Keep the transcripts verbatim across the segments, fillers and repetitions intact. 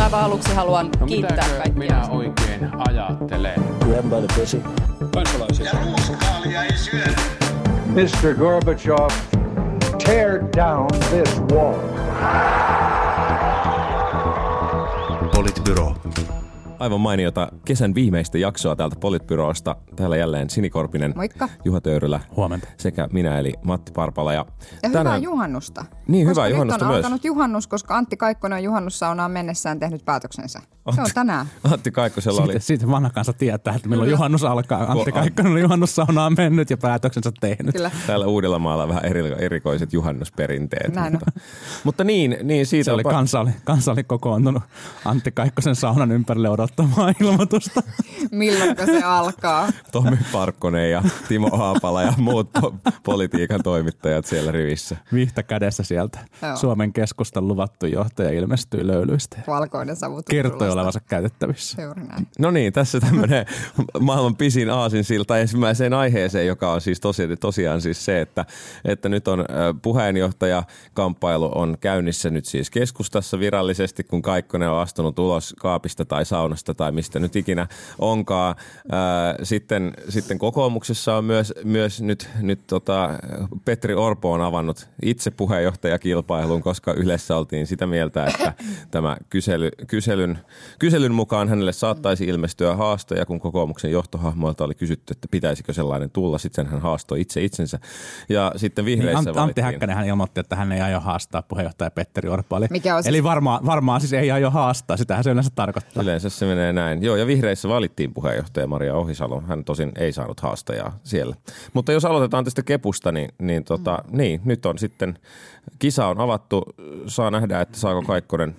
aivan aluksi haluan no, kiittää kaikkia. minä oikein ajattelen? Grab by the pussy. Kansalaisia. Ja ruuskaalia ei syödä. mister Gorbachev, tear down this wall. Politbyro. Aivan mainiota kesän viimeistä jaksoa täältä Politbyrosta. Täällä jälleen Sini Korpinen, Moikka. Juha Töyrylä Huomenta. sekä minä eli Matti Parpala. Ja, ja tänään... hyvää juhannusta. Niin, koska hyvää juhannusta nyt on myös. alkanut juhannus, koska Antti Kaikkonen on juhannussaunaan mennessään tehnyt päätöksensä. Se on tänään. Antti Kaikkosella oli... Siitä, siitä vanha kansa tietää, että milloin juhannus alkaa. Antti Kaikkonen on juhannussaunaan mennyt ja päätöksensä tehnyt. Kyllä. Täällä Uudellamaalla on vähän eri, erikoiset juhannusperinteet. Näin mutta, mutta niin, niin siitä Se oli on... kansa, oli, kansa oli kokoontunut Antti Kaikkosen saunan ympärille odottamaan ilmoitusta. Milloin se alkaa? Tommi Parkkonen ja Timo Haapala ja muut po- politiikan toimittajat siellä rivissä. Vihtä kädessä sieltä. Joo. Suomen keskustan luvattu johtaja ilmestyy löylyistä. Valkoinen savutus. Kertoi olevansa käytettävissä. Juuri näin. No niin, tässä tämmöinen maailman pisin aasinsilta ensimmäiseen aiheeseen, joka on siis tosiaan, tosiaan siis se, että, että nyt on puheenjohtajakamppailu on käynnissä nyt siis keskustassa virallisesti, kun Kaikkonen on astunut ulos kaapista tai saunasta tai mistä nyt ikinä onkaan. Sitten, sitten kokoomuksessa on myös, myös nyt, nyt tota, Petteri Orpo on avannut itse puheenjohtajakilpailun, koska yleensä oltiin sitä mieltä, että tämä kysely, kyselyn, kyselyn mukaan hänelle saattaisi ilmestyä haastoja, kun kokoomuksen johtohahmoilta oli kysytty, että pitäisikö sellainen tulla. Sitten hän haastoi itse itsensä. Ja sitten vihreissä niin, Antti Häkkänen hän ilmoitti, että hän ei aio haastaa puheenjohtaja Petteri Orpo. Eli, Mikä on siis... eli varmaan, varmaan siis ei aio haastaa. Sitähän se yleensä tarkoittaa. Yleensä se menee näin. Joo, ja vihreissä valittiin puheenjohtaja Maria Ohisalo. Hän tosin ei saanut haastajaa siellä. Mutta jos aloitetaan tästä kepusta, niin, niin, tota, mm. niin nyt on sitten, kisa on avattu. Saa nähdä, että saako Kaikkonen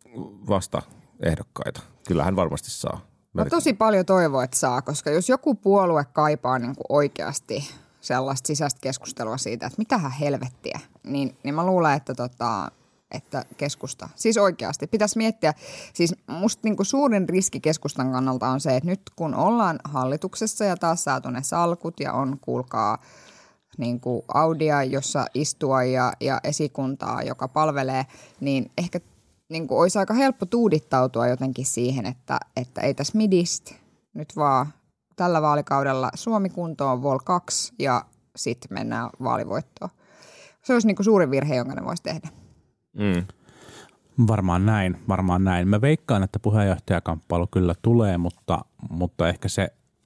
vasta ehdokkaita. Kyllä hän varmasti saa. Mä tosi paljon toivon, että saa, koska jos joku puolue kaipaa niin kuin oikeasti sellaista sisäistä keskustelua siitä, että mitähän helvettiä, niin, niin mä luulen, että, tota, että keskusta, siis oikeasti pitäisi miettiä, siis musta niin kuin suurin riski keskustan kannalta on se, että nyt kun ollaan hallituksessa ja taas saatu ne salkut ja on, kuulkaa, niin kuin Audia, jossa istua ja, ja esikuntaa, joka palvelee, niin ehkä niin kuin olisi aika helppo tuudittautua jotenkin siihen, että, että ei tässä midistä nyt vaan tällä vaalikaudella Suomi kuntoon Vol kaksi ja sitten mennään vaalivoittoon. Se olisi niin kuin suurin virhe, jonka ne voisi tehdä. Mm. Varmaan näin, varmaan näin. Mä veikkaan, että puheenjohtajakamppailu kyllä tulee, mutta, mutta ehkä se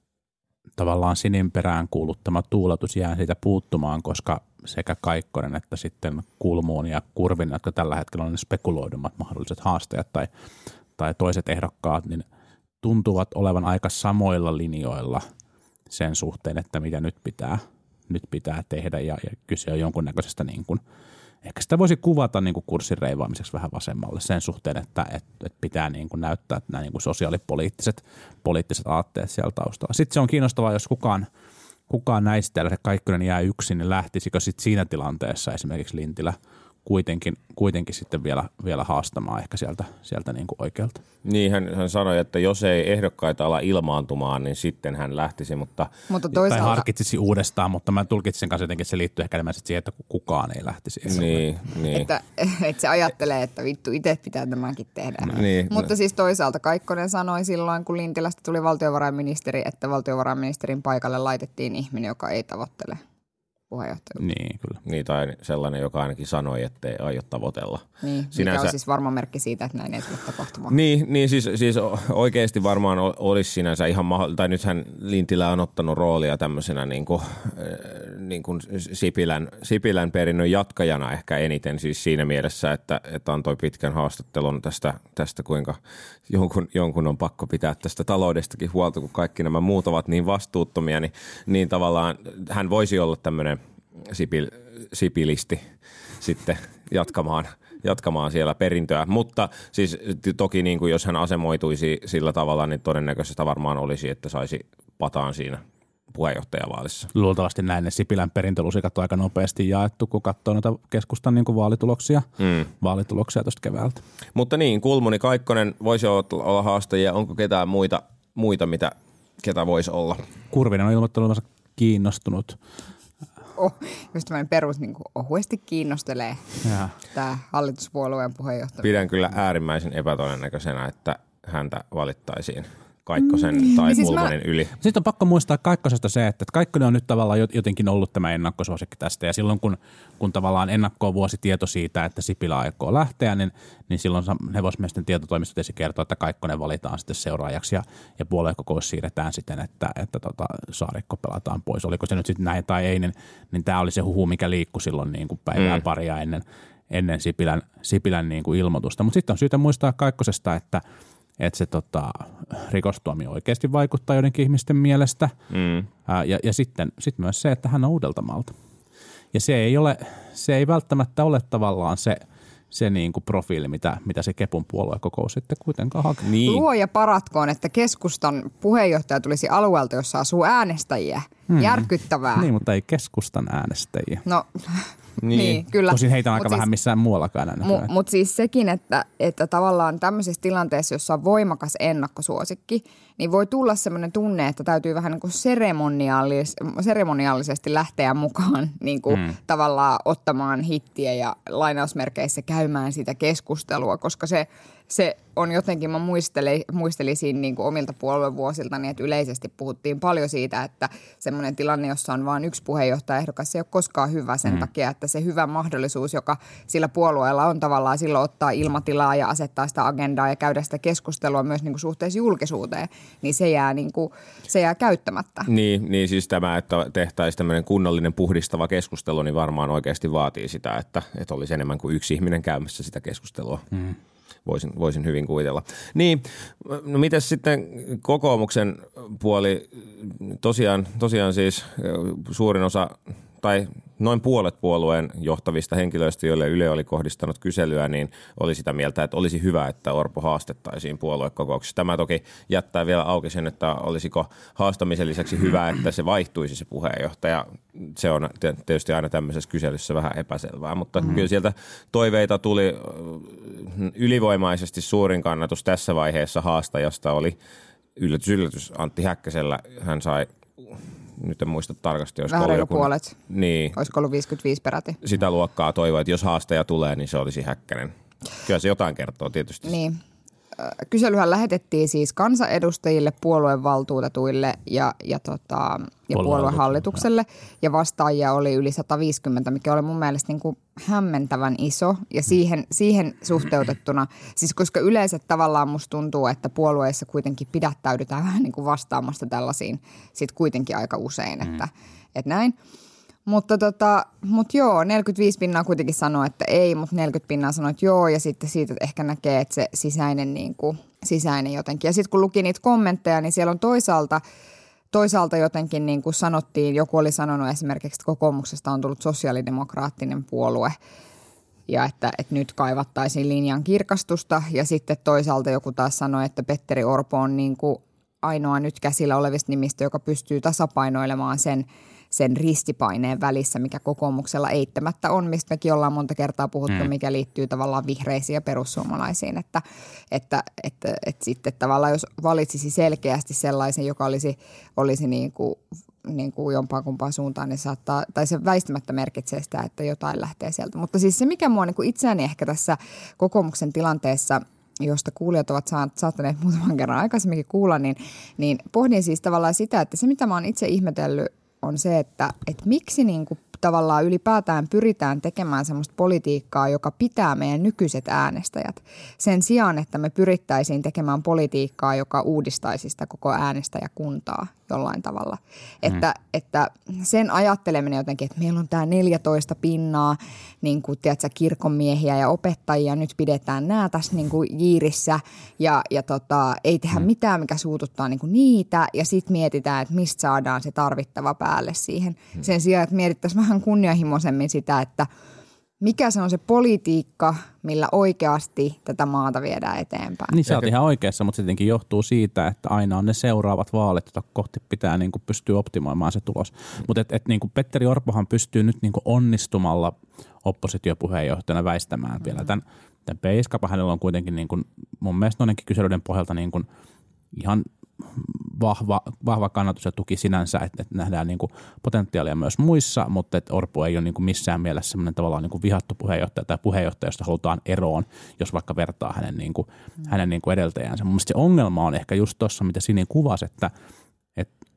tavallaan Sinin perään kuuluttama tuuletus jää siitä puuttumaan, koska sekä Kaikkonen että sitten Kulmuun ja Kurvin, jotka tällä hetkellä on ne spekuloidummat mahdolliset haastajat tai, tai toiset ehdokkaat, niin tuntuvat olevan aika samoilla linjoilla sen suhteen, että mitä nyt pitää, nyt pitää tehdä ja, ja kyse on jonkunnäköisestä niin kuin, ehkä sitä voisi kuvata niin kuin kurssin reivaamiseksi vähän vasemmalle sen suhteen, että, että, että pitää niin kuin näyttää nämä niin kuin sosiaalipoliittiset poliittiset aatteet siellä taustalla. Sitten se on kiinnostavaa, jos kukaan, kukaan näistä, ja se Kaikkonen jää yksin, niin lähtisikö sitten siinä tilanteessa esimerkiksi Lintilä kuitenkin, kuitenkin sitten vielä, vielä haastamaan ehkä sieltä, sieltä niin kuin oikealta. Niin, hän, hän sanoi, että jos ei ehdokkaita ala ilmaantumaan, niin sitten hän lähtisi, mutta... mutta toisaalta... Tai harkitsisi uudestaan, mutta mä tulkitsin sen kanssa jotenkin, että se liittyy ehkä enemmän siihen, että kukaan ei lähtisi. Niin, niin. Että, että se ajattelee, että vittu itse pitää tämänkin tehdä. Niin. Mutta siis toisaalta Kaikkonen sanoi silloin, kun Lintilästä tuli valtiovarainministeri, että valtiovarainministerin paikalle laitettiin ihminen, joka ei tavoittele puheenjohtajuutta. Niin, kyllä. Niin, tai sellainen, joka ainakin sanoi, että ei aio tavoitella. Niin, Sinänsä... mikä on siis varma merkki siitä, että näin ei tule tapahtumaan. Niin, niin siis, siis oikeasti varmaan olisi sinänsä ihan mahdollista, tai nythän Lintilä on ottanut roolia tämmöisenä niin kuin, niin kuin Sipilän, Sipilän perinnön jatkajana ehkä eniten siis siinä mielessä, että, että antoi pitkän haastattelun tästä, tästä kuinka jonkun, jonkun on pakko pitää tästä taloudestakin huolta, kun kaikki nämä muut ovat niin vastuuttomia, niin, niin tavallaan hän voisi olla tämmöinen Sipil, sipilisti sitten jatkamaan, jatkamaan siellä perintöä. Mutta siis toki niin kuin jos hän asemoituisi sillä tavalla, niin todennäköisesti varmaan olisi, että saisi pataan siinä puheenjohtajavaalissa. Luultavasti näin ne Sipilän perintölusikat on aika nopeasti jaettu, kun katsoo noita keskustan niin kuin vaalituloksia, mm. vaalituloksia tuosta keväältä. Mutta niin, Kulmuni, Kaikkonen voisi olla haastajia. Onko ketään muita, muita mitä, ketä voisi olla? Kurvinen on ilmoittanut olevansa kiinnostunut oh, just tämmöinen perus niin kuin ohuesti kiinnostelee Ja. tämä hallituspuolueen puheenjohtaja. Pidän kyllä äärimmäisen epätodennäköisenä, että häntä valittaisiin Kaikkosen tai Niin siis Pulmanin mä- yli. Sitten on pakko muistaa Kaikkosesta se, että Kaikkonen on nyt tavallaan jotenkin ollut tämä ennakkosuosikki tästä. Ja silloin kun, kun tavallaan ennakkoon vuosi tieto siitä, että Sipilä aikoo lähteä, niin, niin silloin hevosmiesten tietotoimisto tietysti kertoo, että Kaikkonen valitaan sitten seuraajaksi ja, ja puoluekokous siirretään siten, että, että tota, Saarikko pelataan pois. Oliko se nyt sitten näin tai ei, niin, niin tämä oli se huhu, mikä liikkui silloin niin kuin päivää mm. paria ennen, ennen Sipilän, Sipilän niin kuin ilmoitusta. Mutta sitten on syytä muistaa Kaikkosesta, että että se tota, rikostuomio oikeasti vaikuttaa joidenkin ihmisten mielestä. Mm. Ää, ja ja sitten sit myös se, että hän on Uudeltamaalta. Ja se ei, ole, se ei välttämättä ole tavallaan se, se niin kuin profiili, mitä, mitä se Kepun puoluekokous sitten kuitenkaan hakee. Niin. Luoja paratkoon, että keskustan puheenjohtaja tulisi alueelta, jossa asuu äänestäjiä. Hmm. Järkyttävää. Niin, mutta ei keskustan äänestäjiä. No, Niin. niin, kyllä. Tosin heitä on aika Mut vähän siis, missään muuallakaan enää. mu, Mutta siis sekin, että, että tavallaan tämmöisessä tilanteessa, jossa on voimakas ennakkosuosikki, niin voi tulla semmoinen tunne, että täytyy vähän niin kuin seremoniaalis, seremoniaalisesti lähteä mukaan niin kuin hmm. tavallaan ottamaan hittiä ja lainausmerkeissä käymään sitä keskustelua, koska se, se on jotenkin, mä muistelin, muistelisin niin kuin omilta puoluevuosiltani, että yleisesti puhuttiin paljon siitä, että semmoinen tilanne, jossa on vain yksi puheenjohtajaehdokas, se ei ole koskaan hyvä sen hmm. takia, että se hyvä mahdollisuus, joka sillä puolueella on tavallaan silloin ottaa ilmatilaa ja asettaa sitä agendaa ja käydä sitä keskustelua myös niin kuin suhteessa julkisuuteen, niin se jää, niin kuin, se jää käyttämättä. Niin, niin siis tämä, että tehtäisiin tämmöinen kunnollinen puhdistava keskustelu, niin varmaan oikeasti vaatii sitä, että, että olisi enemmän kuin yksi ihminen käymässä sitä keskustelua. Hmm. Voisin, voisin hyvin kuvitella. Niin, no mites sitten kokoomuksen puoli, tosiaan, tosiaan siis suurin osa tai noin puolet puolueen johtavista henkilöistä, joille Yle oli kohdistanut kyselyä, niin oli sitä mieltä, että olisi hyvä, että Orpo haastettaisiin puoluekokouksessa. Tämä toki jättää vielä auki sen, että olisiko haastamisen lisäksi hyvä, että se vaihtuisi se puheenjohtaja. Se on tietysti aina tämmöisessä kyselyssä vähän epäselvää, mutta mm-hmm. kyllä sieltä toiveita tuli ylivoimaisesti suurin kannatus tässä vaiheessa haastajasta oli yllätys, yllätys Antti Häkkäsellä. Hän sai... Nyt en muista tarkasti, olisiko vähän ollut joku puolet. Niin. Olisiko ollut viisikymmentäviisi peräti. Sitä luokkaa toivoa, että jos haastaja tulee, niin se olisi Häkkänen. Kyllä se jotain kertoo tietysti. Niin. Kyselyhän lähetettiin siis kansanedustajille, puoluevaltuutetuille ja, ja, tota, ja puoluehallitukselle. Ja vastaajia oli yli sata viisikymmentä, mikä oli mun mielestä niin kuin hämmentävän iso. Ja siihen, siihen suhteutettuna, siis koska yleensä tavallaan musta tuntuu, että puolueissa kuitenkin pidättäydytään vähän niin kuin vastaamasta tällaisiin sit kuitenkin aika usein, että, että näin. Mutta tota, mut joo, neljäkymmentäviisi pinnaa kuitenkin sanoi, että ei, mutta neljäkymmentä pinnaa sanoi, että joo. Ja sitten siitä ehkä näkee, että se sisäinen, niin kuin, sisäinen jotenkin. Ja sitten kun luki niitä kommentteja, niin siellä on toisaalta, toisaalta jotenkin niin kuin sanottiin, joku oli sanonut esimerkiksi, että kokoomuksesta on tullut sosiaalidemokraattinen puolue. Ja että, että nyt kaivattaisiin linjan kirkastusta. Ja sitten toisaalta joku taas sanoi, että Petteri Orpo on niin kuin ainoa nyt käsillä olevista nimistä, joka pystyy tasapainoilemaan sen, sen ristipaineen välissä, mikä kokoomuksella eittämättä on, mistä mekin ollaan monta kertaa puhuttu, mm. mikä liittyy tavallaan vihreisiin ja perussuomalaisiin. Että, että, että, että sitten tavallaan jos valitsisi selkeästi sellaisen, joka olisi, olisi niin kuin, niin kuin jompaan kumpaan suuntaan, niin saattaa, tai se väistämättä merkitsee sitä, että jotain lähtee sieltä. Mutta siis se, mikä mua niin kuin itseäni ehkä tässä kokoomuksen tilanteessa, josta kuulijat ovat saattaneet muutaman kerran aikaisemminkin kuulla, niin, niin pohdin siis tavallaan sitä, että se mitä mä oon itse ihmetellyt on se, että, että miksi niin kuin tavallaan ylipäätään pyritään tekemään semmoista politiikkaa, joka pitää meidän nykyiset äänestäjät. Sen sijaan, että me pyrittäisiin tekemään politiikkaa, joka uudistaisi sitä koko äänestäjäkuntaa jollain tavalla. Mm. Että, että sen ajatteleminen jotenkin, että meillä on tämä neljätoista pinnaa, niin kuin tiedätkö, kirkonmiehiä ja opettajia, nyt pidetään nämä tässä niin kuin jiirissä ja, ja tota, ei tehdä mm. mitään, mikä suututtaa niin kuin niitä ja sitten mietitään, että mistä saadaan se tarvittava päälle siihen. Mm. Sen sijaan, että mietittäisiin vähän kunnianhimoisemmin sitä, että mikä se on se politiikka, millä oikeasti tätä maata viedään eteenpäin. Niin sä oot ihan oikeassa, mutta se tietenkin johtuu siitä, että aina on ne seuraavat vaalit, joita kohti pitää niin kuin pystyä optimoimaan se tulos. Mm. Mutta et, et niin kuin Petteri Orpohan pystyy nyt niin kuin onnistumalla oppositiopuheenjohtajana väistämään mm. vielä tämän, tämän peiskapa. Hänellä on kuitenkin niin kuin, mun mielestä noinenkin kyselyiden pohjalta niin kuin ihan vahva, vahva kannatus ja tuki sinänsä, että, että nähdään niin kuin potentiaalia myös muissa, mutta että Orpo ei ole niin kuin missään mielessä semmoinen tavallaan niin kuin vihattu puheenjohtaja tai puheenjohtaja, josta halutaan eroon, jos vaikka vertaa hänen, niin kuin, mm. hänen niin kuin edeltäjäänsä. Mun mielestä se ongelma on ehkä just tuossa, mitä Sini kuvasi, että, että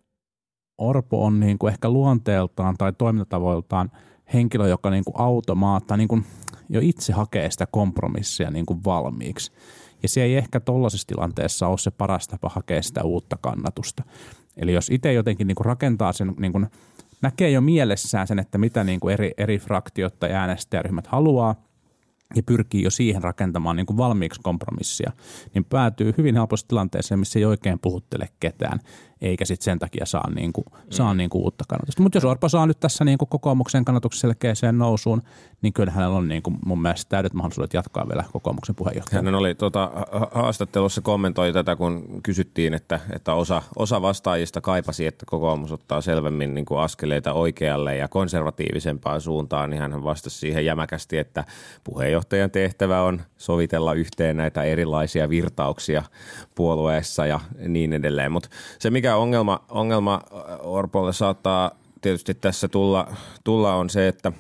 Orpo on niin kuin ehkä luonteeltaan tai toimintatavoiltaan henkilö, joka niin kuin automaattaa niin kuin jo itse hakee sitä kompromissia niin kuin valmiiksi. Ja se ei ehkä tollaisessa tilanteessa ole se paras tapa hakea sitä uutta kannatusta. Eli jos itse jotenkin niin kuin rakentaa sen, niin kuin näkee jo mielessään sen, että mitä niin kuin eri, eri fraktiot tai äänestäjäryhmät haluaa, ja pyrkii jo siihen rakentamaan niin kuin valmiiksi kompromissia, niin päätyy hyvin helposti tilanteeseen, missä ei oikein puhuttele ketään, eikä sitten sen takia saa, niin kuin, mm. saa niin kuin uutta kannatusta. Mutta jos Orpo saa nyt tässä niin kuin kokoomuksen kannatuksen selkeäseen nousuun, niin kyllä hänellä on niin kuin mun mielestä täydet mahdollisuudet jatkaa vielä kokoomuksen puheenjohtajana. Hän oli tuota, haastattelussa kommentoi tätä, kun kysyttiin, että, että osa, osa vastaajista kaipasi, että kokoomus ottaa selvemmin niin kuin askeleita oikealle ja konservatiivisempaan suuntaan, niin hän vastasi siihen jämäkästi, että puheenjohtajan tehtävä on sovitella yhteen näitä erilaisia virtauksia puolueessa ja niin edelleen. Mutta se, mikä ongelma, ongelma Orpolle saattaa tietysti tässä tulla, tulla on se, että,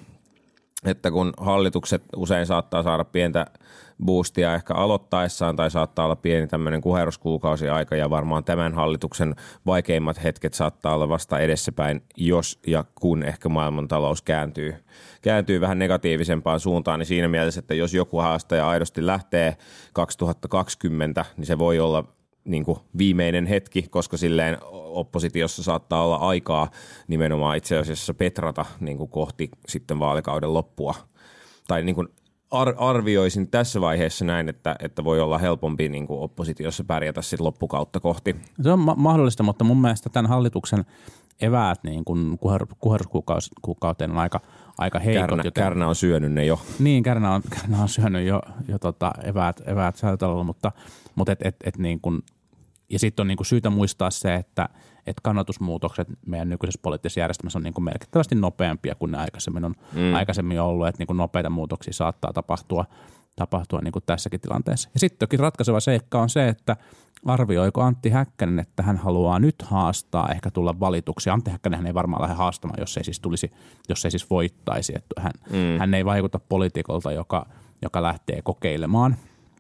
että kun hallitukset usein saattaa saada pientä boostia ehkä aloittaessaan tai saattaa olla pieni tämmöinen kuheruskuukausi aika ja varmaan tämän hallituksen vaikeimmat hetket saattaa olla vasta edessäpäin, jos ja kun ehkä maailmantalous kääntyy, kääntyy vähän negatiivisempaan suuntaan, niin siinä mielessä, että jos joku haastaja aidosti lähtee kaksituhattakaksikymmentä, niin se voi olla niin kuin viimeinen hetki, koska silleen oppositiossa saattaa olla aikaa nimenomaan itse asiassa petrata niin kuin kohti sitten vaalikauden loppua. Tai niin kuin ar- arvioisin tässä vaiheessa näin, että, että voi olla helpompi niin kuin oppositiossa pärjätä sitten loppukautta kohti. Se on ma- mahdollista, mutta mun mielestä tämän hallituksen eväät niin kuin kuher- kuheruskuukauteen on aika, aika heikot. Kärnä, joten... Kärnä on syönyt ne jo. Niin, Kärnä on, Kärnä on syönyt jo, jo tota eväät, eväät säätötalolla, mutta, mutta et, et, et niin kuin ja sitten on niinku syytä muistaa se, että et kannatusmuutokset meidän nykyisessä poliittisessa järjestelmässä on niinku merkittävästi nopeampia kuin ne aikaisemmin on mm. aikaisemmin ollut, että niinku nopeita muutoksia saattaa tapahtua, tapahtua niinku tässäkin tilanteessa. Ja sitten toki ratkaiseva seikka on se, että arvioiko Antti Häkkänen, että hän haluaa nyt haastaa, ehkä tulla valituksi. Antti Häkkänen ei varmaan lähde haastamaan, jos ei siis, tulisi, jos ei siis voittaisi. Että hän, mm. hän ei vaikuta poliitikolta, joka, joka lähtee kokeilemaan.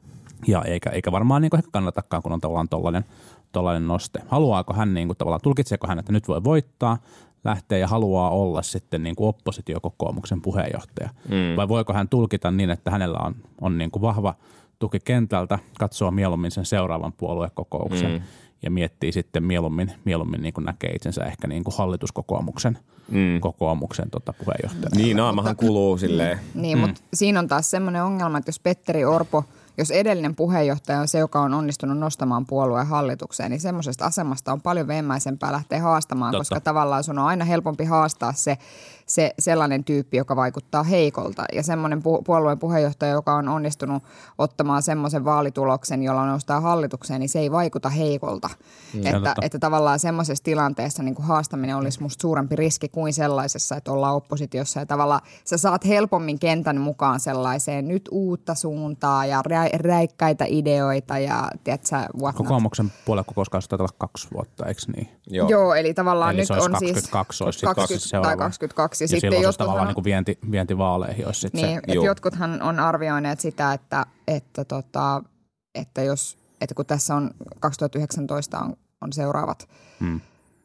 Ja eikä, eikä varmaan niin kuin ehkä kannatakaan, kun on tavallaan tollainen, tollainen noste. Haluaako hän, niin kuin, tavallaan tulkitseeko hän, että nyt voi voittaa, lähtee ja haluaa olla sitten niin kuin oppositiokokoomuksen puheenjohtaja? Mm. Vai voiko hän tulkita niin, että hänellä on, on niin kuin vahva tuki kentältä, katsoo mieluummin sen seuraavan puoluekokouksen mm. ja miettii sitten mieluummin, mieluummin niin kuin näkee itsensä ehkä niin kuin hallituskokoomuksen mm. kokoomuksen tota puheenjohtajana. Niin, naamahan kuluu silleen. Niin, mm. mutta siinä on taas semmoinen ongelma, että jos Petteri Orpo, jos edellinen puheenjohtaja on se, joka on onnistunut nostamaan puolueen hallitukseen, niin semmoisesta asemasta on paljon veemäisempää lähteä haastamaan, Totta. koska tavallaan sun on aina helpompi haastaa se, se sellainen tyyppi, joka vaikuttaa heikolta. Ja semmoinen pu- puolueen puheenjohtaja, joka on onnistunut ottamaan semmoisen vaalituloksen, jolla nostaa hallitukseen, niin se ei vaikuta heikolta. Mm. Että, että tavallaan semmoisessa tilanteessa niin kuin haastaminen olisi musta suurempi riski kuin sellaisessa, että ollaan oppositiossa. Ja tavallaan sä saat helpommin kentän mukaan sellaiseen nyt uutta suuntaa ja rä- räikkäitä ideoita ja tiedätkö, kokoomuksen puoluekokouskausi taitaa olla kaksi vuotta, eikö niin? Joo, Joo eli tavallaan eli nyt on kaksikymmentäkaksi, siis kaksikymmentä tai kaksikymmentäkaksi. Ja, ja silloin olisi tavallaan niin kuin vienti, vientivaaleihin. Olisi sit niin, se. Että jotkuthan on arvioineet sitä, että, että, tota, että, jos, että kun tässä on kaksituhattayhdeksäntoista on, on seuraavat, hmm.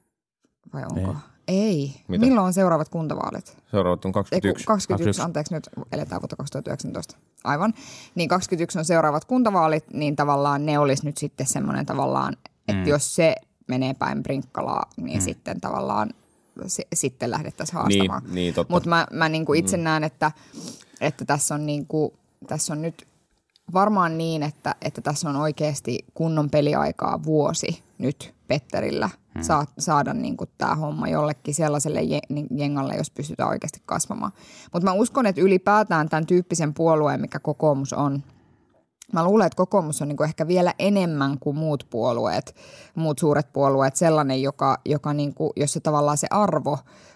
vai onko? Ei. Ei. Milloin on seuraavat kuntavaalit? Seuraavat on kaksikymmentäyksi. kaksikymmentäyksi, anteeksi, nyt eletään vuotta kaksituhattayhdeksäntoista. Aivan. Niin kaksikymmentäyksi on seuraavat kuntavaalit, niin tavallaan ne olisi nyt sitten semmoinen tavallaan, että mm. jos se menee päin prinkkalaa, niin mm. sitten tavallaan s- sitten lähdettäisiin haastamaan. Niin, niin, mutta mä, mä niinku itse mm. näen, että, että tässä, on niinku, tässä on nyt varmaan niin, että, että tässä on oikeasti kunnon peliaikaa vuosi nyt Petterillä hmm. saa, saada niin kuin tämä homma jollekin sellaiselle jengalle, jos pystytään oikeasti kasvamaan. Mutta mä uskon, että ylipäätään tämän tyyppisen puolueen, mikä kokoomus on, mä luulen, että kokoomus on niin kuin ehkä vielä enemmän kuin muut puolueet, muut suuret puolueet, sellainen, joka, joka niin kuin, jos se tavallaan se arvo,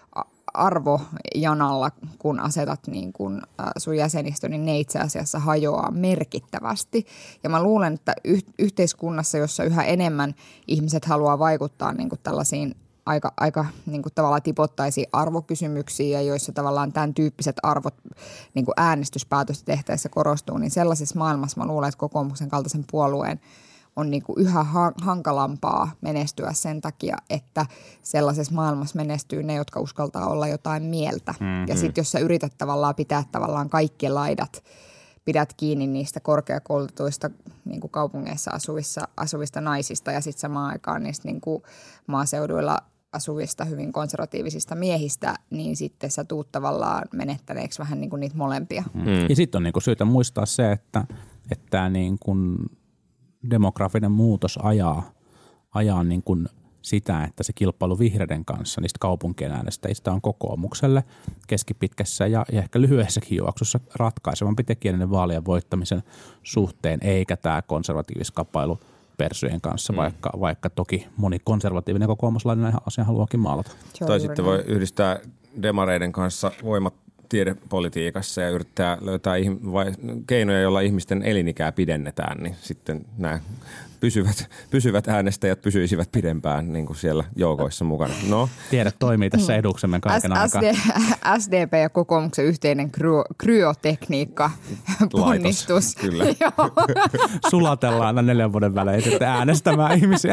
arvojanalla, kun asetat niin kuin sun jäsenistö, niin ne itse asiassa hajoaa merkittävästi. Ja mä luulen, että yh- yhteiskunnassa, jossa yhä enemmän ihmiset haluaa vaikuttaa niin kuin tällaisiin aika, aika niin kuin tavallaan tipottaisiin arvokysymyksiin ja joissa tavallaan tämän tyyppiset arvot niin kuin äänestyspäätöstä tehtäessä korostuu, niin sellaisessa maailmassa mä luulen, että kokoomuksen kaltaisen puolueen on niin kuin yhä hankalampaa menestyä sen takia, että sellaisessa maailmassa menestyy ne, jotka uskaltaa olla jotain mieltä. Mm-hmm. Ja sitten jos sä yrität tavallaan pitää tavallaan kaikki laidat, pidät kiinni niistä korkeakoulutuista niin kuin kaupungeissa asuvissa, asuvista naisista ja sitten samaan aikaan niistä niin kuin maaseuduilla asuvista hyvin konservatiivisista miehistä, niin sitten sä tuut tavallaan menettäneeksi vähän niin kuin niitä molempia. Mm. Ja sitten on niin kuin syytä muistaa se, että, että niin kuin demografinen muutos ajaa, ajaa niin kuin sitä, että se kilpailu vihreiden kanssa niistä kaupunkien äänestäjistä on kokoomukselle keskipitkässä ja, ja ehkä lyhyessäkin juoksussa ratkaisevampi tekijä ennen vaalien voittamisen suhteen, eikä tämä konservatiiviskapailu persujen kanssa, mm. vaikka, vaikka toki moni konservatiivinen kokoomuslainen asian haluakin maalata. Tai sitten voi yhdistää demareiden kanssa voimat tiedepolitiikassa ja yrittää löytää vai, keinoja, joilla ihmisten elinikää pidennetään, niin sitten nämä pysyvät, pysyvät äänestäjät pysyisivät pidempään niin kuin siellä joukoissa mukana. No. Tiede toimii tässä eduksemme kaiken aikaa. S D P ja kokoomuksen yhteinen kryo, kryotekniikka ponnistus. Kyllä. Sulatellaan aina neljän vuoden välein sitten äänestämään ihmisiä.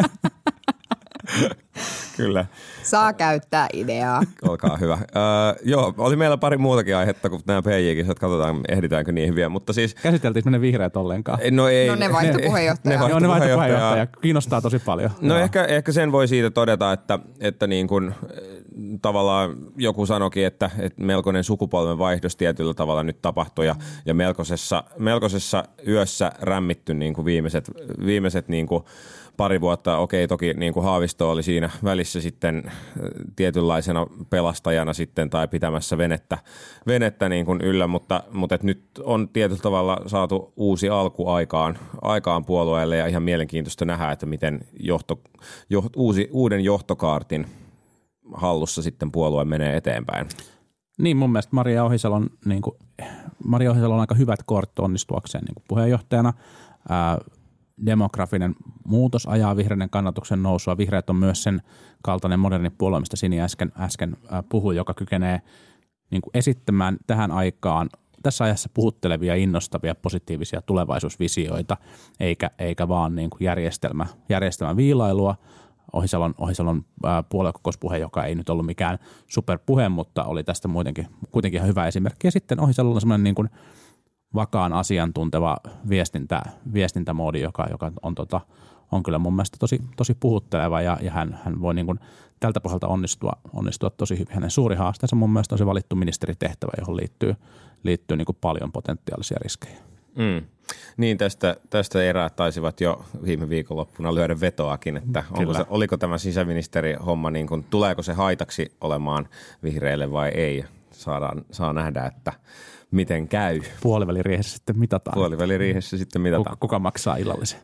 Kyllä. Saa käyttää ideaa. Olkaa hyvä. Öö, joo, oli meillä pari muutakin aihetta kuin nämä P J-kisat. Katsotaan, ehditäänkö niihin vielä. Mutta siis, käsiteltiinkö me ne vihreät ollenkaan? No, ei, no ne vaihtoi puheenjohtajaa. Ne, ne, ne vaihtoi puheenjohtajaa. Kiinnostaa tosi paljon. No ehkä, ehkä sen voi siitä todeta, että, että niin kuin, tavallaan joku sanoikin, että, että melkoinen sukupolven vaihdos tietyllä tavalla nyt tapahtui ja, ja melkoisessa, melkoisessa yössä rämmitty niin kuin viimeiset, viimeiset niin kuin pari vuotta. Okei, toki niin kuin Haavisto oli siinä välissä sitten tietynlaisena pelastajana sitten tai pitämässä venettä, venettä niin kuin yllä, mutta, mutta et nyt on tietyllä tavalla saatu uusi alku aikaan, aikaan puolueelle ja ihan mielenkiintoista nähdä, että miten johto, joht, uusi, uuden johtokaartin hallussa sitten puolue menee eteenpäin. Niin, mun mielestä Maria Ohisalon, niin kuin, Maria Ohisalon on aika hyvät kortti onnistuakseen niin kuin puheenjohtajana. Ää, demografinen muutos ajaa vihreiden kannatuksen nousua. Vihreät on myös sen kaltainen moderni puolue, mistä Sini äsken, äsken puhui, joka kykenee niin kuin esittämään tähän aikaan tässä ajassa puhuttelevia, innostavia, positiivisia tulevaisuusvisioita, eikä, eikä vaan niin kuin järjestelmä, järjestelmän viilailua. Ohisalon, Ohisalon puoluekokouspuhe, joka ei nyt ollut mikään superpuhe, mutta oli tästä muutenkin, kuitenkin ihan hyvä esimerkki. Ja sitten Ohisalolla on semmoinen niin kuin vakaan asiantunteva viestintä, viestintämoodi, joka, joka on, tota, on kyllä mun mielestä tosi, tosi puhutteleva ja, ja hän, hän voi niin kuin tältä pohjalta onnistua, onnistua tosi hyvin. Hänen suuri haasteensa mun mielestä on se valittu ministeritehtävä, johon liittyy, liittyy niin kuin paljon potentiaalisia riskejä. Mm. Niin, tästä, tästä eräät taisivat jo viime viikonloppuna lyödä vetoakin, että onko se, oliko tämä sisäministerihomma, niin kuin, tuleeko se haitaksi olemaan vihreille vai ei. Saadaan, saa nähdä, että miten käy. Puoliväliriihessä sitten mitataan. Puoliväliriihessä sitten mitataan. Kuka, kuka maksaa illallisen?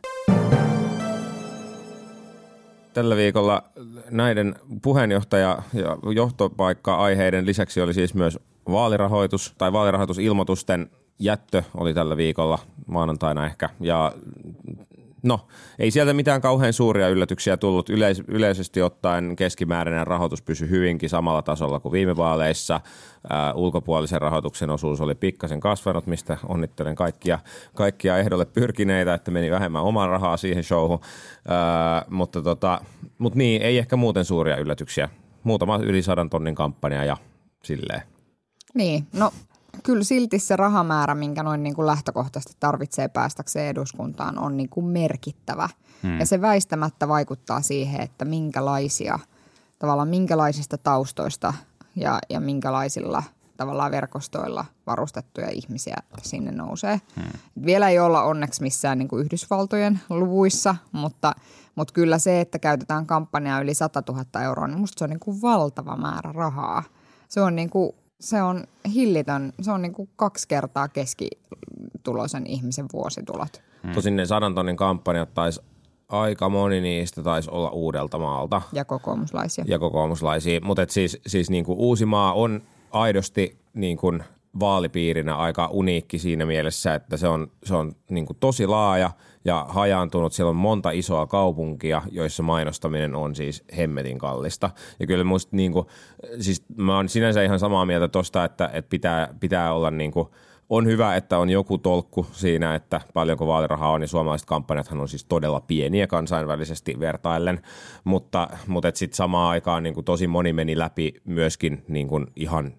Tällä viikolla näiden puheenjohtaja- ja johtopaikka-aiheiden lisäksi oli siis myös vaalirahoitus tai vaalirahoitusilmoitusten jättö oli tällä viikolla maanantaina ehkä. Ja no, ei sieltä mitään kauhean suuria yllätyksiä tullut. Yleis- yleisesti ottaen keskimääräinen rahoitus pysyi hyvinkin samalla tasolla kuin viime vaaleissa. Ää, ulkopuolisen rahoituksen osuus oli pikkasen kasvanut, mistä onnittelen kaikkia, kaikkia ehdolle pyrkineitä, että meni vähemmän omaa rahaa siihen showhun. Ää, mutta tota, mut niin, ei ehkä muuten suuria yllätyksiä. Muutama yli sadan tonnin kampanja ja silleen. Niin, no kyllä silti se rahamäärä, minkä noin niin kuin lähtökohtaisesti tarvitsee päästäkseen eduskuntaan, on niin kuin merkittävä. Hmm. Ja se väistämättä vaikuttaa siihen, että minkälaisia, tavallaan minkälaisista taustoista ja, ja minkälaisilla tavallaan verkostoilla varustettuja ihmisiä sinne nousee. Hmm. Vielä ei olla onneksi missään niin kuin Yhdysvaltojen luvuissa, mutta, mutta kyllä se, että käytetään kampanjaa yli sata tuhatta euroa, niin musta se on niin kuin valtava määrä rahaa. Se on niin kuin Se on hillitön. Se on niin kuin kaksi kertaa keskituloisen ihmisen vuositulot. Hmm. Tosin ne sadan tonnin kampanjat taisi aika moni niistä taisi olla Uudeltamaalta. Ja kokoomuslaisia. Ja kokoomuslaisia, mutta siis, siis niin kuin Uusimaa on aidosti niin kuin vaalipiirinä aika uniikki siinä mielessä, että se on, se on niin kuin tosi laaja ja hajaantunut. Siellä on monta isoa kaupunkia, joissa mainostaminen on siis hemmetin kallista. Ja kyllä musta niin kuin, siis mä oon sinänsä ihan samaa mieltä tosta, että, että pitää, pitää olla niin kuin, on hyvä, että on joku tolkku siinä, että paljonko vaalirahaa on, ja suomalaiset kampanjathan on siis todella pieniä kansainvälisesti vertaillen, mutta, mutta sitten samaan aikaan niin kuin tosi moni meni läpi myöskin niin kuin ihan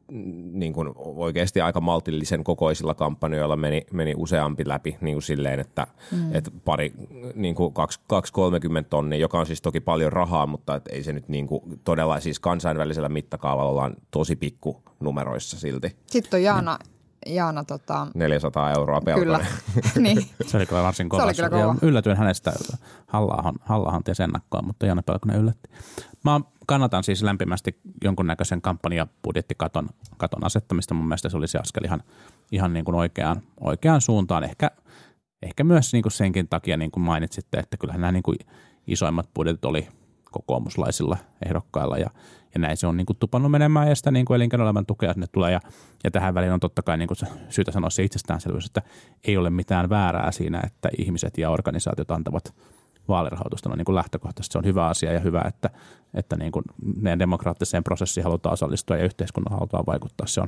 niin kuin oikeasti aika maltillisen kokoisilla kampanjoilla meni, meni useampi läpi niin kuin silleen, että, mm. että pari, niin kuin kaksi kolmekymmentä tonnia, joka on siis toki paljon rahaa, mutta et ei se nyt niin kuin todella siis kansainvälisellä mittakaavalla ollaan tosi pikku numeroissa silti. Sitten on Jaana, Jaana tota... neljäsataa euroa Peltonen. Kyllä, niin. Se oli kyllä varsin kova. Se oli kyllä kova. Yllätyin hänestä. Halla-ahon, Halla-ahon ties ennakkoa, mutta Jaana Pelkonen yllätti. Mä kannatan siis lämpimästi jonkunnäköisen kampanjabudjettikaton katon asettamista. Mun mielestä se olisi askel ihan, ihan niin kuin oikeaan, oikeaan suuntaan. Ehkä, ehkä myös niin kuin senkin takia, niin kuin mainitsitte, että kyllähän nämä niin kuin isoimmat budjetit oli kokoomuslaisilla ehdokkailla ja, ja näin se on niin kuin tupannut menemään ja sitä niin kuin elinkeinoelämän tukea sinne tulee. Ja, ja tähän väliin on totta kai niin kuin syytä sanoa se itsestäänselvyys, että ei ole mitään väärää siinä, että ihmiset ja organisaatiot antavat vaalirahoitusta. No niin kuin lähtökohtaisesti se on hyvä asia ja hyvä, että, että niin kuin meidän demokraattiseen prosessiin halutaan osallistua ja yhteiskunnan halutaan vaikuttaa. Se on,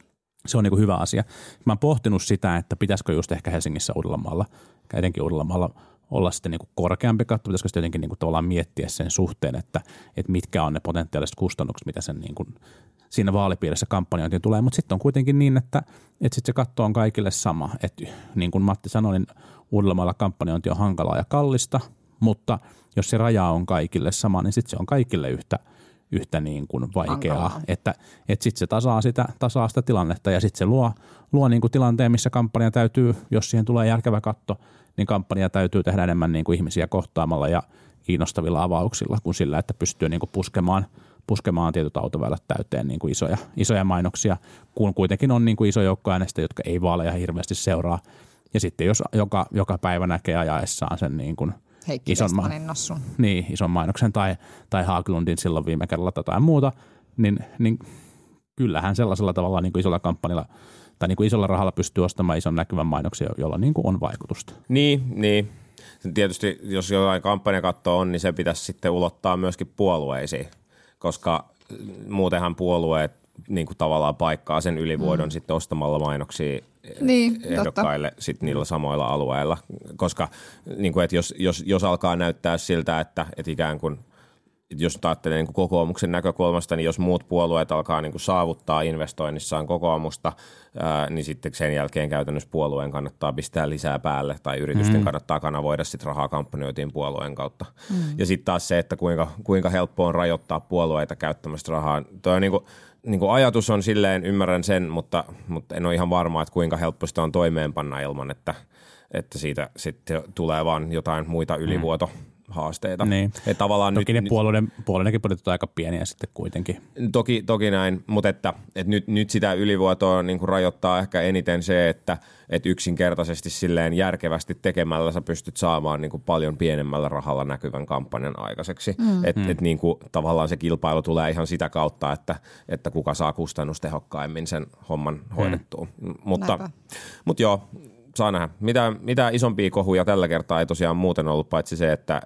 se on niin kuin hyvä asia. Mä oon pohtinut sitä, että pitäisikö just ehkä Helsingissä Uudellamaalla, etenkin Uudellamaalla olla sitten niin kuin korkeampi katto, pitäisikö sitten jotenkin niin kuin tavallaan miettiä sen suhteen, että, että mitkä on ne potentiaaliset kustannukset, mitä sen niin kuin siinä vaalipiirissä kampanjointiin tulee, mutta sitten on kuitenkin niin, että, että sitten se katto on kaikille sama. Että niin kuin Matti sanoi, niin Uudellamaalla kampanjointi on hankalaa ja kallista, mutta jos se raja on kaikille sama, niin sitten se on kaikille yhtä, yhtä niin kuin vaikeaa. Hankalaa. Että, että sitten se tasaa sitä, tasaa sitä tilannetta ja sitten se luo, luo niin kuin tilanteen, missä kampanja täytyy, jos siihen tulee järkevä katto, niin kampanja täytyy tehdä enemmän niin kuin ihmisiä kohtaamalla ja kiinnostavilla avauksilla kuin sillä, että pystyy niin kuin puskemaan, puskemaan tietyt autoväylät täyteen niin kuin isoja, isoja mainoksia, kun kuitenkin on niin kuin iso joukko äänestäjiä, jotka ei vaaleja hirveästi seuraa. Ja sitten jos joka, joka päivä näkee ajaessaan sen niin kuin ison, ma- niin, ison mainoksen tai, tai Haaglundin silloin viime kerralla tai jotain muuta, niin, niin kyllähän sellaisella tavalla niin kuin isolla kampanjalla tai niin kuin isolla rahalla pystyy ostamaan ison näkyvän mainoksia, jolla niin kuin on vaikutusta. Niin, niin. Tietysti jos jotain kampanjakatto on, niin se pitäisi sitten ulottaa myöskin puolueisiin, koska muutenhan puolueet niin kuin tavallaan paikkaa sen ylivuodon mm. sitten ostamalla mainoksia niin, ehdokkaille sitten niillä samoilla alueilla, koska niin kuin, että jos, jos, jos alkaa näyttää siltä, että, että ikään kuin jos ajattelee niin kuin kokoomuksen näkökulmasta, niin jos muut puolueet alkaa niin kuin saavuttaa investoinnissaan kokoomusta, ää, niin sitten sen jälkeen käytännössä puolueen kannattaa pistää lisää päälle tai yritysten mm. kannattaa kanavoida sitten rahaa kampanjoitiin puolueen kautta. Mm. Ja sitten taas se, että kuinka, kuinka helppo on rajoittaa puolueita käyttämästä rahaa. Tuo niin kuin, niin kuin ajatus on silleen, ymmärrän sen, mutta, mutta en ole ihan varma, että kuinka helppo sitä on toimeenpanna ilman, että, että siitä sitten tulee vaan jotain muita ylivuoto. Mm. haasteita. Niin. Et tavallaan toki nyt, ne puolueiden, puolueidenkin budjetit on aika pieniä sitten kuitenkin. Toki, toki näin, mutta että, että nyt, nyt sitä ylivuotoa niin kuin rajoittaa ehkä eniten se, että, että yksinkertaisesti silleen järkevästi tekemällä sä pystyt saamaan niin kuin paljon pienemmällä rahalla näkyvän kampanjan aikaiseksi. Mm. Että mm. et niin kuin tavallaan se kilpailu tulee ihan sitä kautta, että, että kuka saa kustannustehokkaimmin sen homman mm. hoidettua. Mutta, mutta joo, saa nähdä. Mitä, mitä isompia kohuja tällä kertaa ei tosiaan muuten ollut, paitsi se, että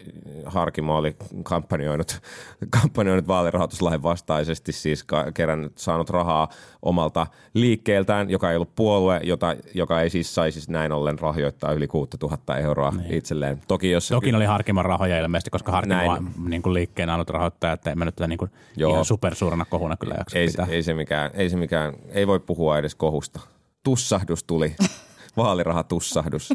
Harkimo oli kampanjoinut, kampanjoinut vaalirahoituslain vastaisesti, siis kerännyt, saanut rahaa omalta liikkeeltään, joka ei ollut puolue, jota, joka ei siis saisi näin ollen rahoittaa yli kuusituhatta euroa niin itselleen. Toki, jos Toki ne oli Harkimon rahoja ilmeisesti, koska Harkimo on niin kuin liikkeen ainut rahoittaa, että en mä nyt tätä niin kuin ihan supersuurana kohuna kyllä jaksa ei, pitää. Ei se, mikään, ei se mikään, ei voi puhua edes kohusta. Tussahdus tuli. Vaalirahatussahdus.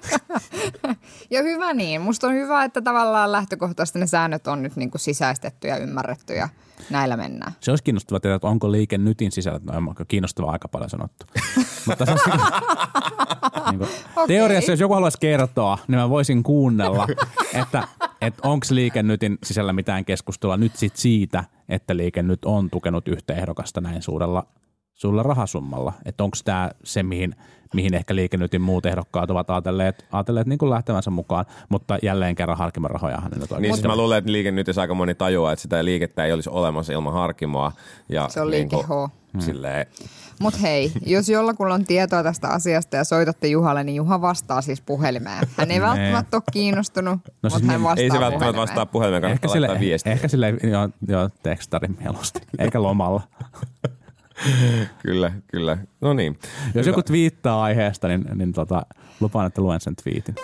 Ja hyvä niin. Musta on hyvä, että tavallaan lähtökohtaisesti ne säännöt on nyt niin kuin sisäistetty ja ymmärretty ja näillä mennään. Se olisi kiinnostavaa tietää, että onko Liike Nytin sisällä. No on kiinnostavaa aika paljon sanottu. Mutta se on niin kuin, okay. Teoriassa, jos joku haluaisi kertoa, niin mä voisin kuunnella, että, että onko Liike Nytin sisällä mitään keskustelua nyt sit siitä, että Liike Nyt on tukenut yhtä ehdokasta näin suurella sulla rahasummalla. Että onko tämä se, mihin, mihin ehkä Liike Nytin muut ehdokkaat ovat ajatelleet, ajatelleet niin kuin lähtevänsä mukaan, mutta jälleen kerran Harkimon rahojahan ne nyt oikein. Niin siis mä luulen, että Liike Nytissä aika moni tajuaa, että sitä liikettä ei olisi olemassa ilman Harkimoa. Ja se on niin liike H. Silleen. Mut hei, jos jollakulla on tietoa tästä asiasta ja soitatte Juhalle, niin Juha vastaa siis puhelimeen. Hän ei välttämättä ole kiinnostunut, no, mutta siis hän vastaa ei se välttämättä puhelimeen. vastaa puhelimeen, kannattaa sille, laittaa viestiä. Ehkä sille joo, joo, tekstarin mieluusti, eikä lomalla. Kyllä, kyllä. No niin. Jos Hyvä. joku twiittaa aiheesta, niin, niin tota, lupaan, että luen sen twiitin.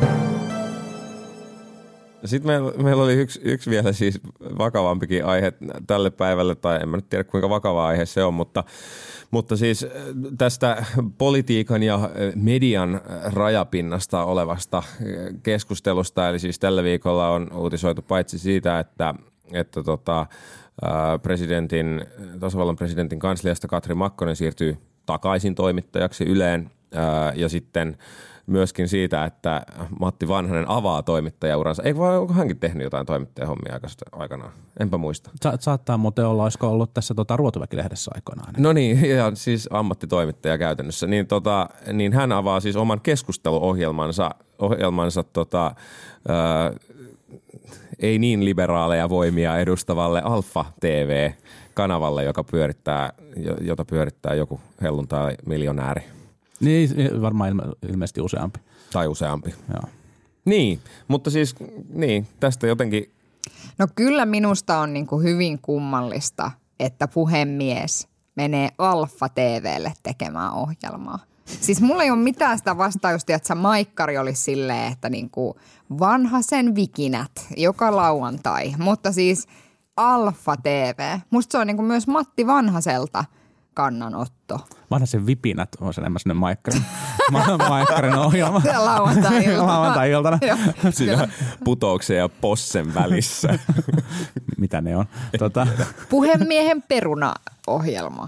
Sitten meillä, meillä oli yksi, yksi vielä siis vakavampikin aihe tälle päivälle, tai en mä nyt tiedä kuinka vakava aihe se on, mutta, mutta siis tästä politiikan ja median rajapinnasta olevasta keskustelusta, eli siis tällä viikolla on uutisoitu paitsi siitä, että, että tota, presidentin, tasavallan presidentin kansliasta Katri Makkonen siirtyy takaisin toimittajaksi Yleen ja sitten myöskin siitä, että Matti Vanhanen avaa toimittajauransa. Eikö vai onko hänkin tehnyt jotain toimittajahommia aikanaan? Enpä muista. Sa- saattaa muuten olla, olisiko ollut tässä tota, Ruotuväki-lehdessä aikoinaan. No niin, ja siis ammattitoimittaja käytännössä. Niin, tota, niin hän avaa siis oman keskusteluohjelmansa ohjelmansa, tota, ää, ei niin liberaaleja voimia edustavalle Alfa T V-kanavalle, joka pyörittää, jota pyörittää joku helluntai-miljonääri. Niin, varmaan ilme, ilmeisesti useampi. Tai useampi. Joo. Niin, mutta siis niin, tästä jotenkin... No kyllä minusta on niin kuin hyvin kummallista, että puhemies menee Alfa T V:lle tekemään ohjelmaa. Siis mulla ei ole mitään sitä vastaan, just että Maikkari olisi silleen, että niin kuin Vanhasen vikinät joka lauantai. Mutta siis Alfa T V, musta se on niin kuin myös Matti Vanhaselta kannanotto. Vanhasen vipinät on se enemmän sinne Maikkarin, Maikkarin ohjelma. Lauantai-iltana. Lauantai-iltana. Siinä putouksen ja possen välissä. Mitä ne on? Tota. Puhemiehen peruna-ohjelma.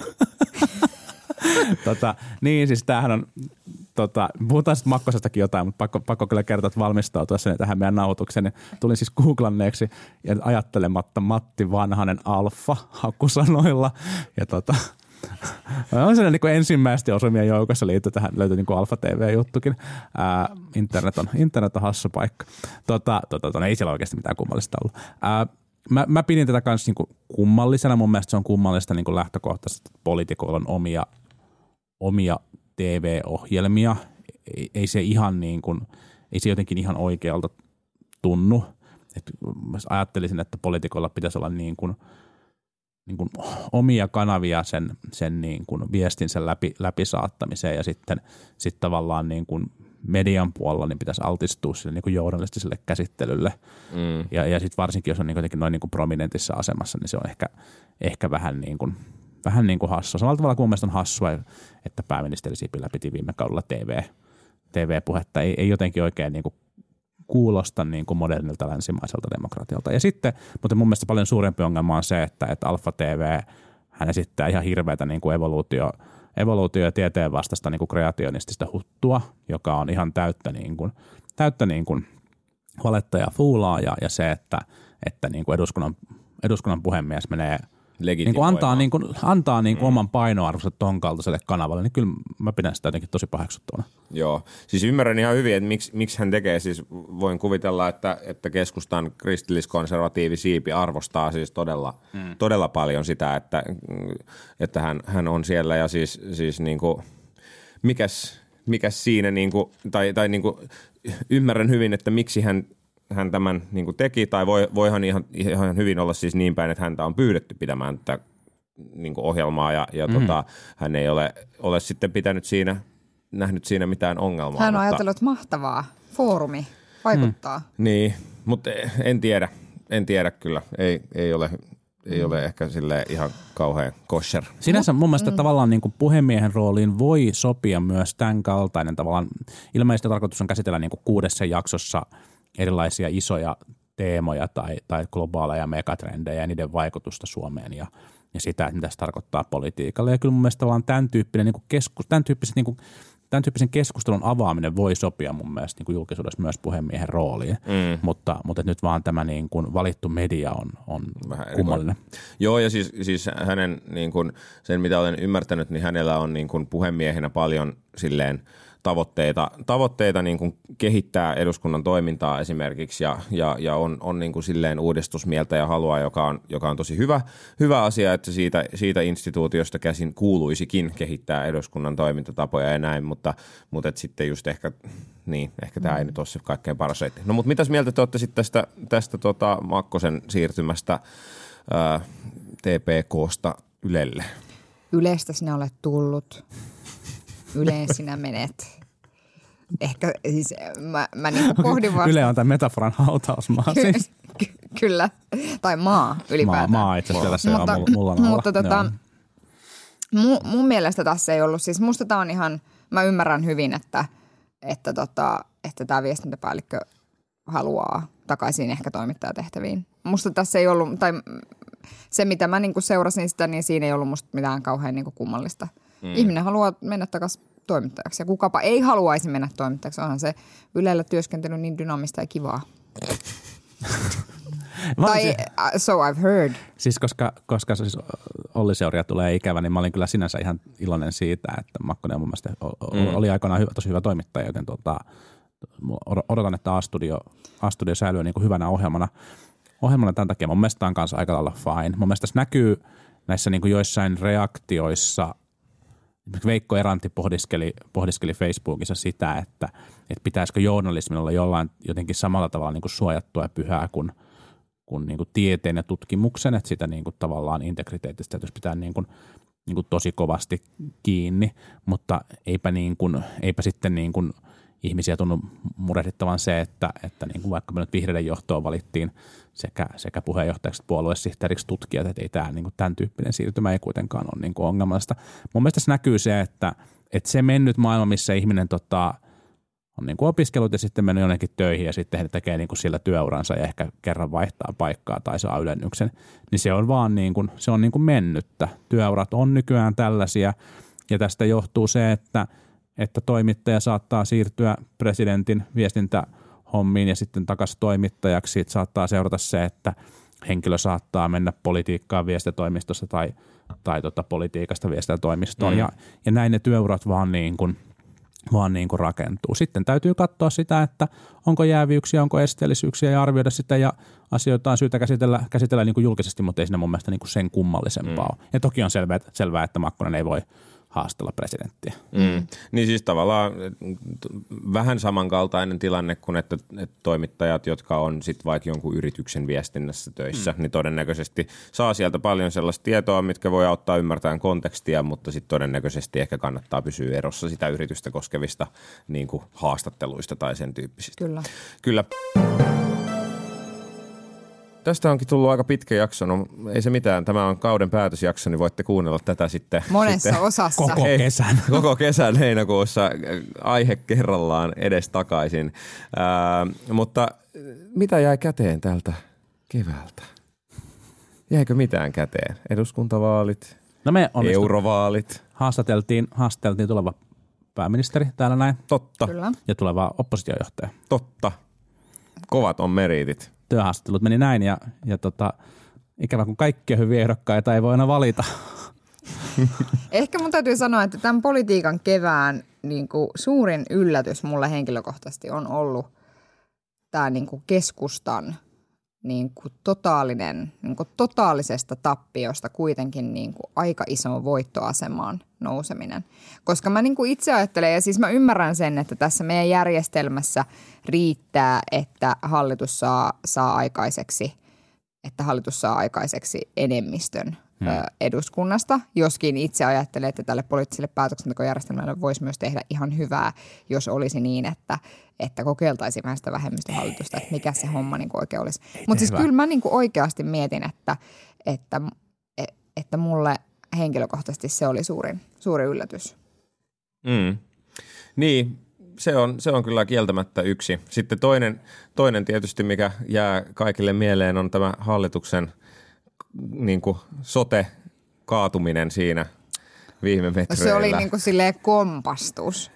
tota, niin, siis tämähän on, tota, puhutaan sitten Makkosestakin jotain, mutta pakko, pakko kyllä kertoa, että valmistautua sen tähän meidän nauhoitukseen. Tulin siis googlanneeksi ja ajattelematta Matti Vanhanen Alfa hakusanoilla. Ja tota, on sellainen niin ensimmäisesti osumien joukossa liittyy tähän, löytyy niin kuin Alfa T V-juttukin. Ää, internet, on, internet on hassu paikka. Tota, tota, tota, ei siellä oikeasti mitään kummallista ollut. Ää, Mä, mä pidin tätä kanssa niinku kummallisena. Mun mielestä se on kummallista niinku lähtökohtaisesti, että poliitikoilla on omia, omia T V-ohjelmia. Ei, ei se ihan niin kuin, ei se jotenkin ihan oikealta tunnu. Et ajattelisin, että poliitikoilla pitäisi olla niin kuin, niin kuin omia kanavia sen, sen niin kuin viestin sen läpi, läpisaattamiseen ja sitten sit tavallaan niin kuin median puolella niin pitäisi altistua sille niin kuin journalistiselle käsittelylle. Mm. Ja, ja sitten varsinkin, jos on niin jotenkin noin niin kuin prominentissa asemassa, niin se on ehkä, ehkä vähän niin kuin, vähän niin kuin hassua. Samalla tavalla kuin mun mielestä on hassua, että pääministeri Sipilä piti viime kaudella T V, T V-puhetta. Ei, ei jotenkin oikein niin kuin kuulosta niin kuin modernilta länsimaiselta demokratialta. Ja sitten, mutta mun mielestä paljon suurempi ongelma on se, että, että Alfa T V, hän esittää ihan hirveätä niin kuin evoluutio, evoluutio- ja tieteen vastaista niin kuin kreationistista huttua, joka on ihan täyttä, niin kuin, täyttä niin kuin valetta ja fuulaa, ja, ja se, että, että niin kuin eduskunnan, eduskunnan puhemies menee niin kuin antaa, niin kuin, antaa niin kuin mm. oman painoarvonsa ton kaltaiselle kanavalle, niin kyllä mä pidän sitä jotenkin tosi paheksuttavana. Joo, siis ymmärrän ihan hyvin, että miksi, miksi hän tekee, siis voin kuvitella, että, että keskustan kristilliskonservatiivi siipi arvostaa siis todella, mm. todella paljon sitä, että, että hän, hän on siellä ja siis, siis niin kuin, mikäs, mikäs siinä, niin kuin, tai, tai niin kuin, ymmärrän hyvin, että miksi hän hän tämän niin kuin teki, tai voi, voihan ihan, ihan hyvin olla siis niin päin, että häntä on pyydetty pitämään tätä niin kuin ohjelmaa, ja, ja mm. tota, hän ei ole, ole sitten pitänyt siinä, nähnyt siinä mitään ongelmaa. Hän on mutta, ajatellut, että mahtavaa, foorumi vaikuttaa. Mm. Niin, mutta en tiedä, en tiedä kyllä, ei, ei ole... Ei ole ehkä silleen ihan kauhean kosher. Sinänsä mun mielestä mm. tavallaan niin kuin puhemiehen rooliin voi sopia myös tämän kaltainen tavallaan. Ilmeisesti tarkoitus on käsitellä niin kuin kuudessa jaksossa erilaisia isoja teemoja tai, tai globaaleja megatrendejä ja niiden vaikutusta Suomeen ja, ja sitä, että mitä se tarkoittaa politiikalle. Ja kyllä mun mielestä tavallaan tämän, tyyppinen, niin kuin keskus, tämän tyyppiset niin kuin tämän tyyppisen keskustelun avaaminen voi sopia mun mielestä niin kuin julkisuudessa myös puhemiehen rooliin, mm. mutta, mutta nyt vaan tämä niin kuin valittu media on, on kummallinen. Joo, ja siis, siis hänen, niin kuin, sen mitä olen ymmärtänyt, niin hänellä on niin kuin puhemiehenä paljon silleen tavoitteita, tavoitteita niin kuin kehittää eduskunnan toimintaa esimerkiksi ja, ja, ja on, on niin kuin silleen uudistusmieltä ja halua, joka on, joka on tosi hyvä, hyvä asia, että siitä, siitä instituutiosta käsin kuuluisikin kehittää eduskunnan toimintatapoja ja näin, mutta, mutta et sitten just ehkä, niin, ehkä tämä ei nyt ole se kaikkein paras reitti. No mutta mitäs mieltä te olette sitten tästä, tästä tota Makkosen siirtymästä ää, T P K:sta Ylelle? Ylestä sinä olet tullut. Yleen sinä menet. Ehkä siis mä, mä niin pohdin vasta. Yle on tämän metaforan hautausmaa siis. Ky- kyllä. Tai maa ylipäätään. Maa, maa itse asiassa se on mulla alla. Mutta tota, mun, mun mielestä tässä ei ollut, siis musta tää on ihan, mä ymmärrän hyvin, että että, tota, että tämä viestintäpäällikkö haluaa takaisin ehkä toimittajatehtäviin. Musta tässä ei ollut, tai se mitä mä niinku seurasin sitä, niin siinä ei ollut musta mitään kauhean niinku kummallista. Mm. Ihminen haluaa mennä takaisin toimittajaksi ja kukapa ei haluaisi mennä toimittajaksi. Onhan se Ylellä työskentely niin dynaamista ja kivaa. Tai uh, so I've heard. Siis koska, koska siis Olli Seuria tulee ikävä, niin mä olin kyllä sinänsä ihan iloinen siitä, että Makkonen mun mielestä mm. oli aikoinaan hyvä, tosi hyvä toimittaja, joten tota, odotan, että A-studio, A-studio säilyy niin kuin hyvänä ohjelmana. Ohjelmana tämän takia mun mielestä on kanssa aika lailla fine. Mun mielestä tässä näkyy näissä niin kuin joissain reaktioissa. Veikko Erantti pohdiskeli, pohdiskeli Facebookissa sitä, että, että pitäisikö journalismin olla jollain jotenkin samalla tavalla niin kuin suojattua ja pyhää kuin, kuin, niin kuin tieteen ja tutkimuksen, että sitä niin kuin tavallaan integriteetistä täytyisi pitää niin kuin, niin kuin tosi kovasti kiinni, mutta eipä, niin kuin, eipä sitten niin kuin ihmisiä tunnu murehdittavan se, että, että niin kuin vaikka me nyt vihreiden johtoon valittiin sekä, sekä puheenjohtajaksi että puoluesihteeriksi tutkijat, että ei tämä niin kuin tämän tyyppinen siirtymä ei kuitenkaan ole niin kuin ongelmallista. Mun mielestä tässä näkyy se, että, että se mennyt maailma, missä ihminen tota, on niin kuin opiskellut ja sitten mennyt jonnekin töihin ja sitten he tekee niin kuin sillä työuransa ja ehkä kerran vaihtaa paikkaa tai saa ylennyksen, niin se on vaan niin kuin, se on niin kuin mennyttä. Työurat on nykyään tällaisia ja tästä johtuu se, että että toimittaja saattaa siirtyä presidentin viestintähommiin ja sitten takaisin toimittajaksi. Siitä saattaa seurata se, että henkilö saattaa mennä politiikkaan viestintätoimistosta tai, tai tota politiikasta viestintätoimistoon. Mm. Ja, ja näin ne työurat vaan, niin kuin, vaan niin kuin rakentuu. Sitten täytyy katsoa sitä, että onko jäävyyksiä, onko esteellisyyksiä ja arvioida sitä ja asioita on syytä käsitellä, käsitellä niin kuin julkisesti, mutta ei siinä mun mielestä niin kuin sen kummallisempaa mm. Ja toki on selvää, selvää, että Makkonen ei voi haastella presidenttiä. Mm. Niin siis tavallaan vähän samankaltainen tilanne kuin, että, että toimittajat, jotka on sitten vaikka jonkun yrityksen viestinnässä töissä, mm. niin todennäköisesti saa sieltä paljon sellaista tietoa, mitkä voi auttaa ymmärtämään kontekstia, mutta sitten todennäköisesti ehkä kannattaa pysyä erossa sitä yritystä koskevista niin kuin haastatteluista tai sen tyyppisistä. Kyllä. Kyllä. Tästä onkin tullut aika pitkä jakso, no ei se mitään, tämä on kauden päätösjakso, niin voitte kuunnella tätä sitten. Monessa sitten osassa. Koko kesän. Koko kesän heinäkuussa aihe kerrallaan edes takaisin. Ää, mutta mitä jäi käteen tältä keväältä? Jäikö mitään käteen? Eduskuntavaalit, no me eurovaalit. Haastateltiin, haastateltiin tuleva pääministeri täällä näin. Totta. Kyllä. Ja tuleva oppositiojohtaja. Totta. Kovat on meriitit. Työhaastattelut meni näin ja, ja tota, ikävä kun kaikkia hyviä ehdokkaita ei voi aina valita. Ehkä mun täytyy sanoa, että tämän politiikan kevään niin kuin suurin yllätys mulle henkilökohtaisesti on ollut tämä niin kuin keskustan niin kuin totaalinen, niin kuin totaalisesta tappiosta kuitenkin niin kuin aika isoon voittoasemaan nouseminen. Koska mä niin kuin itse ajattelen, ja siis mä ymmärrän sen, että tässä meidän järjestelmässä riittää, että hallitus saa, saa aikaiseksi, että hallitus saa aikaiseksi enemmistön hmm. ö, eduskunnasta. Joskin itse ajattelen, että tälle poliittiselle päätöksentekojärjestelmälle voisi myös tehdä ihan hyvää, jos olisi niin, että että kokeiltaisiin vähän sitä vähemmistöhallitusta, että mikä se homma niin kuin oikein olisi. Mutta siis kyllä mä niin kuin oikeasti mietin, että, että, että mulle henkilökohtaisesti se oli suurin, suuri yllätys. Mm. Niin, se on, se on kyllä kieltämättä yksi. Sitten toinen, toinen tietysti, mikä jää kaikille mieleen, on tämä hallituksen niin kuin sote-kaatuminen siinä viime metreillä. Se oli niin kuin silleen kompastus.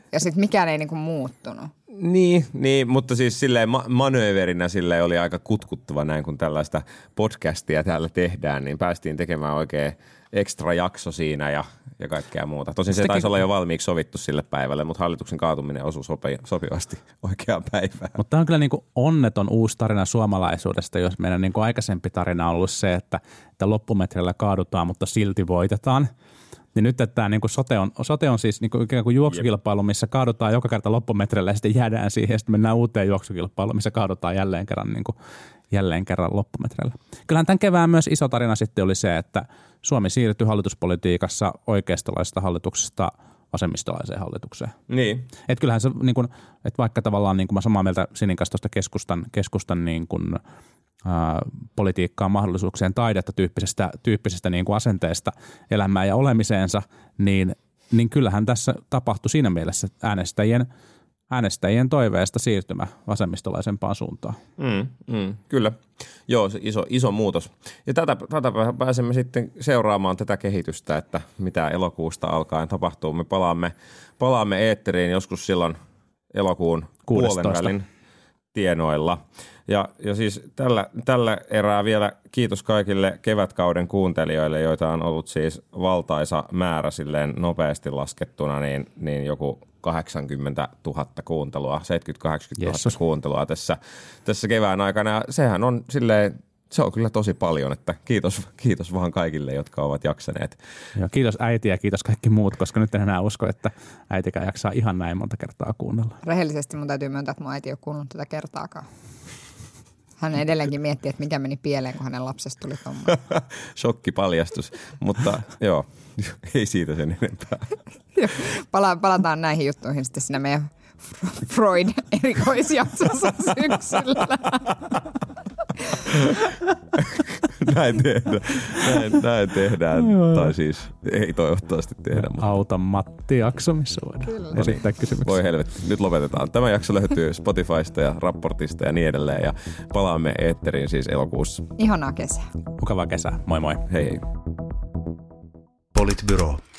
Ja sitten mikään ei niinku muuttunut. Niin, niin, mutta siis silleen ma- manööverinä silleen oli aika kutkuttava näin, kun tällaista podcastia täällä tehdään, niin päästiin tekemään oikein ekstra jakso siinä ja, ja kaikkea muuta. Tosin se taisi olla jo valmiiksi sovittu sille päivälle, mutta hallituksen kaatuminen osui sopi, sopivasti oikeaan päivään. Mutta tämä on kyllä niin kuin onneton uusi tarina suomalaisuudesta, jos meidän niin kuin aikaisempi tarina on ollut se, että, että loppumetreillä kaadutaan, mutta silti voitetaan. Niin nyt, että tämä niin kuin sote, on, sote on siis niin kuin ikään kuin juoksukilpailu, missä kaadutaan joka kerta loppumetreillä ja sitten jäädään siihen ja sitten mennään uuteen juoksukilpailuun, missä kaadutaan jälleen kerran, niin kuin, jälleen kerran loppumetreillä. Kyllähän tämän kevään myös iso tarina sitten oli se, että Suomi siirtyi hallituspolitiikassa oikeistolaisesta hallituksesta vasemmistolaiseen hallitukseen. Niin. Että kyllähän se, niin kuin, että vaikka tavallaan niin kuin mä samaa mieltä Sinin kanssa tuosta keskustan, keskustan niin kuin, ää, politiikkaan, mahdollisuuksien taidetta tyyppisestä, tyyppisestä niin kuin asenteesta elämään ja olemiseensa, niin, niin kyllähän tässä tapahtui siinä mielessä äänestäjien, äänestäjien toiveesta siirtymä vasemmistolaisempaan suuntaan. Mm, mm, kyllä. Joo, se iso, iso muutos. Ja tätä, tätä pääsemme sitten seuraamaan tätä kehitystä, että mitä elokuusta alkaen tapahtuu. Me palaamme, palaamme eetteriin joskus silloin elokuun puolen välin tienoilla. Ja, ja siis tällä, tällä erää vielä kiitos kaikille kevätkauden kuuntelijoille, joita on ollut siis valtaisa määrä silleen nopeasti laskettuna, niin, niin joku kahdeksankymmentätuhatta kuuntelua, seitsemänkymmentä kahdeksankymmentätuhatta kuuntelua tässä, tässä kevään aikana. Ja sehän on silleen, se on kyllä tosi paljon, että kiitos, kiitos vaan kaikille, jotka ovat jaksaneet. Joo, kiitos äiti ja kiitos kaikki muut, koska nyt en enää usko, että äitikään jaksaa ihan näin monta kertaa kuunnella. Rehellisesti mun täytyy myöntää, että mun äiti ei ole kuunnellut tätä kertaakaan. Hän edelleenkin miettii, että mikä meni pieleen, kun hänen lapsesta tuli tommoinen. Shokkipaljastus, mutta joo, ei siitä sen enempää. Pala- palataan näihin juttuihin sitten siinä meidän Freud-erikoisjaksossa syksyllä. Näin tehdään. Näin, näin tehdään. Tai siis ei toivottavasti tehdä. Mutta... Auta Matti-jakso, missä voidaan esittää kysymyksiä. Voi helvetti. Nyt lopetetaan. Tämä jakso löytyy Spotifysta ja Rapportista ja niin edelleen. Ja palaamme eetteriin siis elokuussa. Ihanaa kesää. Mukavaa kesää. Moi moi. Hei hei. Politbyro.